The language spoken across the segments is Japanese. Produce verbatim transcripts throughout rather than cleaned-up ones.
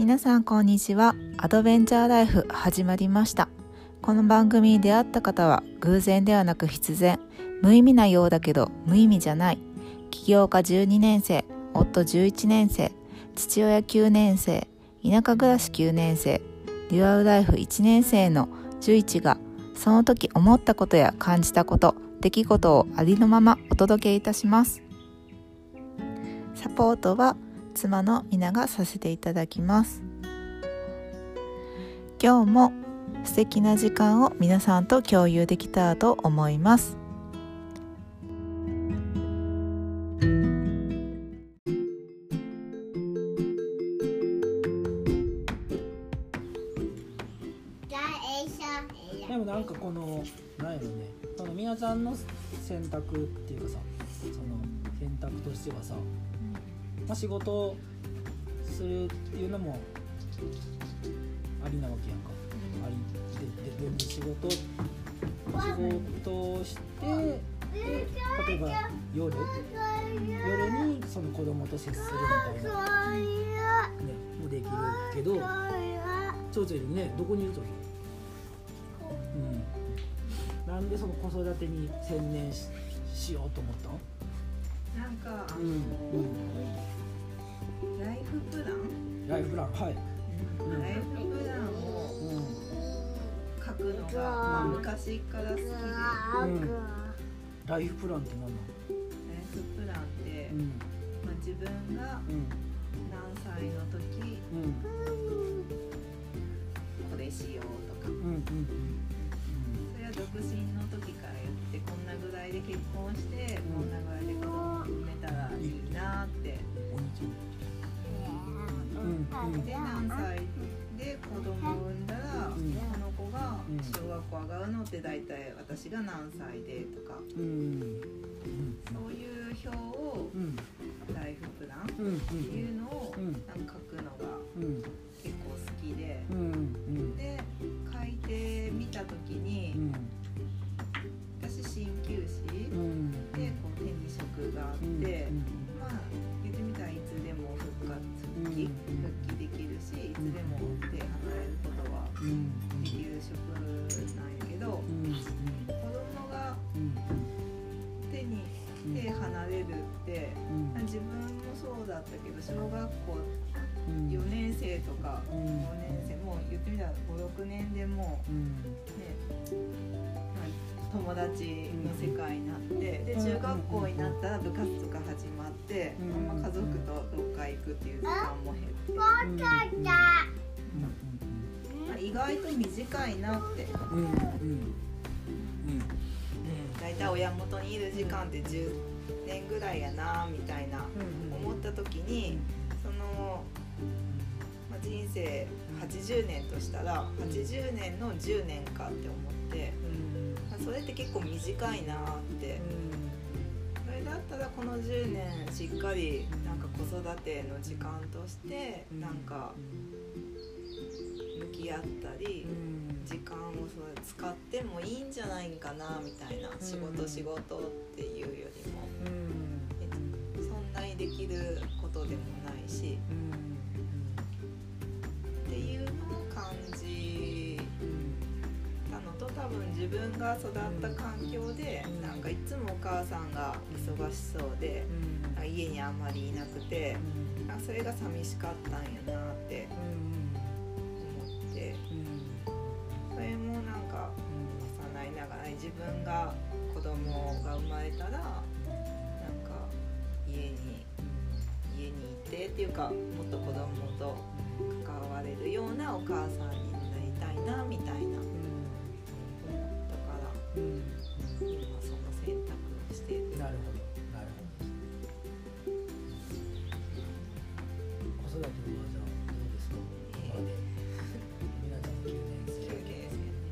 皆さんこんにちは。アドベンチャーライフ始まりました。この番組に出会った方は偶然ではなく必然、無意味なようだけど無意味じゃない、起業家じゅうにねん生、夫じゅういちねん生、父親きゅうねん生、田舎暮らしきゅうねん生、デュアルライフいちねん生のじゅういちがその時思ったことや感じたこと、出来事をありのままお届けいたします。サポートは妻のみながさせていただきます。今日も素敵な時間を皆さんと共有できたらと思います。 でもなんかこのなんやろね、そのみなちゃんの選択っていうかさ、その選択としてはさ、まあ、仕事するっていうのもありなわけやんか、うん、ありででで仕事仕事をして、で例えば夜夜にその子供と接するみたいな、ね、もできるけど、ちょうちょいるね、どこにいるとき、うん、なんでその子育てに専念 し, しようと思ったの？ なんかあの、 うんうんライフプランライフプラン、はい、 うん、ライフプランを書くのが、まあ、昔から好きで、 うん、ライフプランって何なの？ ライフプランって、うん、まあ、自分が何歳の時、うん、これしようとか、うんうんうん、それは独身の時からやって、こんなぐらいで結婚して、うん、こんなぐらいで子供を産めたらいいなって、うん、で何歳で子供を産んだら、うん、この子が小学校上がるのって大体私が何歳でとか、うん、そういう表を、うん、ライフプランっていうのをなんか書くのが結構好きで、うん、で書いてみた時に、うん、私鍼灸師、うん、でこう手に職があって、うん、まあ言ってみたらいつでも復活復帰、うん、復帰できるし、いつでも手離れることはできる職なんやけど、うん、子供が手に手離れるって、うん、自分もそうだったけど、小学校よねん生とかごねん生、もう言ってみたらご、ろくねんでもう、ね、友達の世界になって、で中学校になったら部活とか始まって、まあ、家族とどっか行くっていう時間も減って、うんまあ、意外と短いなって、うんうんうんだいたい親元にいる時間ってじゅうねんぐらいやなみたいな思った時に、その、まあ、人生はちじゅうねんとしたらはちじゅうねんのじゅうねんかって思って、まあ、それって結構短いなって、それだったらこのじゅうねんしっかりなんか子育ての時間としてなんか向き合ったり、時間をそれ使ってもいいんじゃないかなみたいな、仕事仕事っていうよりも、うん、そんなにできることでもないし、うん、っていうのを感じたのと、多分自分が育った環境で、うん、なんかいつもお母さんが忙しそうで、うん、家にあんまりいなくて、うん、なんかそれが寂しかったんやなって思って、それもなんか幼いながらに自分が子供が生まれたらなんか家に家にいてっていうか、もっと子供と関われるようなお母さんになりたいなみたいな思ったから、うん、今その選択をしている。 なるほどなるほど。子育てはじゃあどうですか？今までみなちゃんきゅうねん生、きゅうねん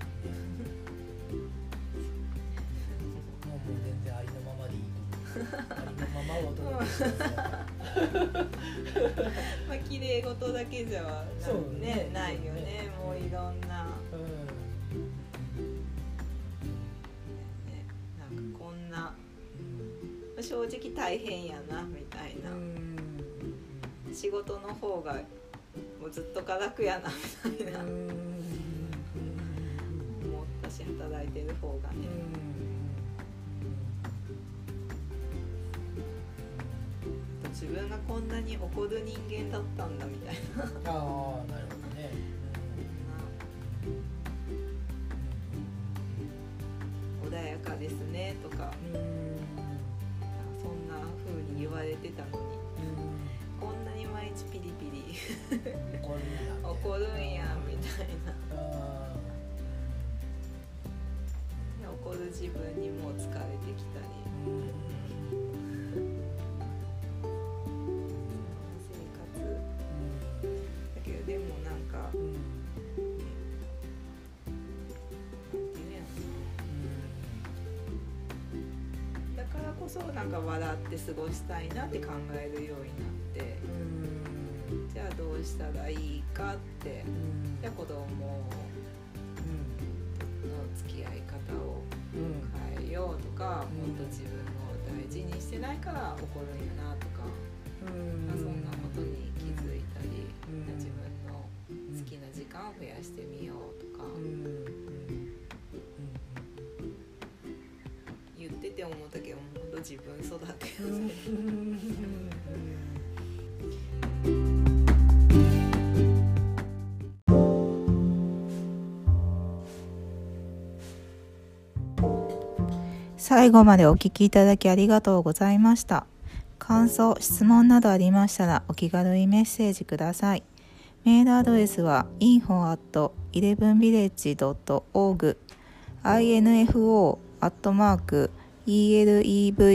生もう全然ありのままでいいと思う。ありのままをお届けしてます。 まあ綺麗事だけじゃはな、ねね、ないよね。もういろんな、うんね、なんかこんな、うん、正直大変やなみたいな、うん、仕事の方がもうずっとが楽やなみたいな思ったし、働いてる方がね、自分がこんなに怒る人間だったんだみたいな。 ああ、なるほどね。 穏やかですねとか、うん、そんな風に言われてたのに、うん、こんなに毎日ピリピリ怒るんや怒るんやみたいな。怒る自分にもう疲れてきたり、生活だけど、でもなんか、うん、だからこそなんか笑って過ごしたいなって考えるようになって、うん、じゃあどうしたらいいかって、うん、じゃあ子供の付き合い方を変えようとか、うん、もっと自分を大事にしてないから怒るんやなとか、うん、そんなことに気づいたり、うん、自分の好きな時間を増やしてみようとか、うん、言ってて思ったけど、ほんと自分育てよう最後までお聞きいただきありがとうございました。感想、質問などありましたらお気軽にメッセージください。メールアドレスは インフォ アット イレブンビレッジ ドット オールジ インフォ アットマーク イレブンビレ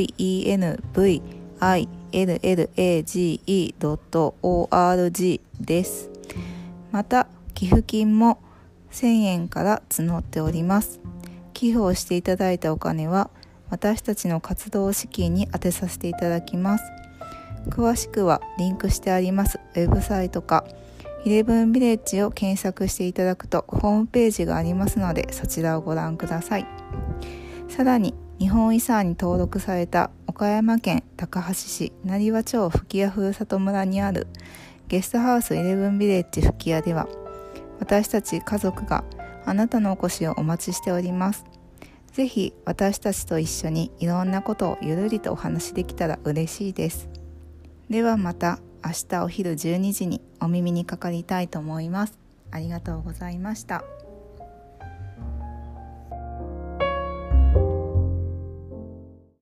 ッジ ドット オールジ です。また、寄付金もせんえんから募っております。寄付をしていただいたお金は私たちの活動資金に充てさせていただきます。詳しくはリンクしてありますウェブサイトかイレブンビレッジを検索していただくとホームページがありますので、そちらをご覧ください。さらに日本遺産に登録された岡山県高梁市成羽町吹屋ふるさと村にあるゲストハウスイレブンビレッジ吹屋では、私たち家族があなたのお越しをお待ちしております。ぜひ私たちと一緒にいろんなことをゆるりとお話しできたら嬉しいです。ではまた明日お昼じゅうにじにお耳にかかりたいと思います。ありがとうございました。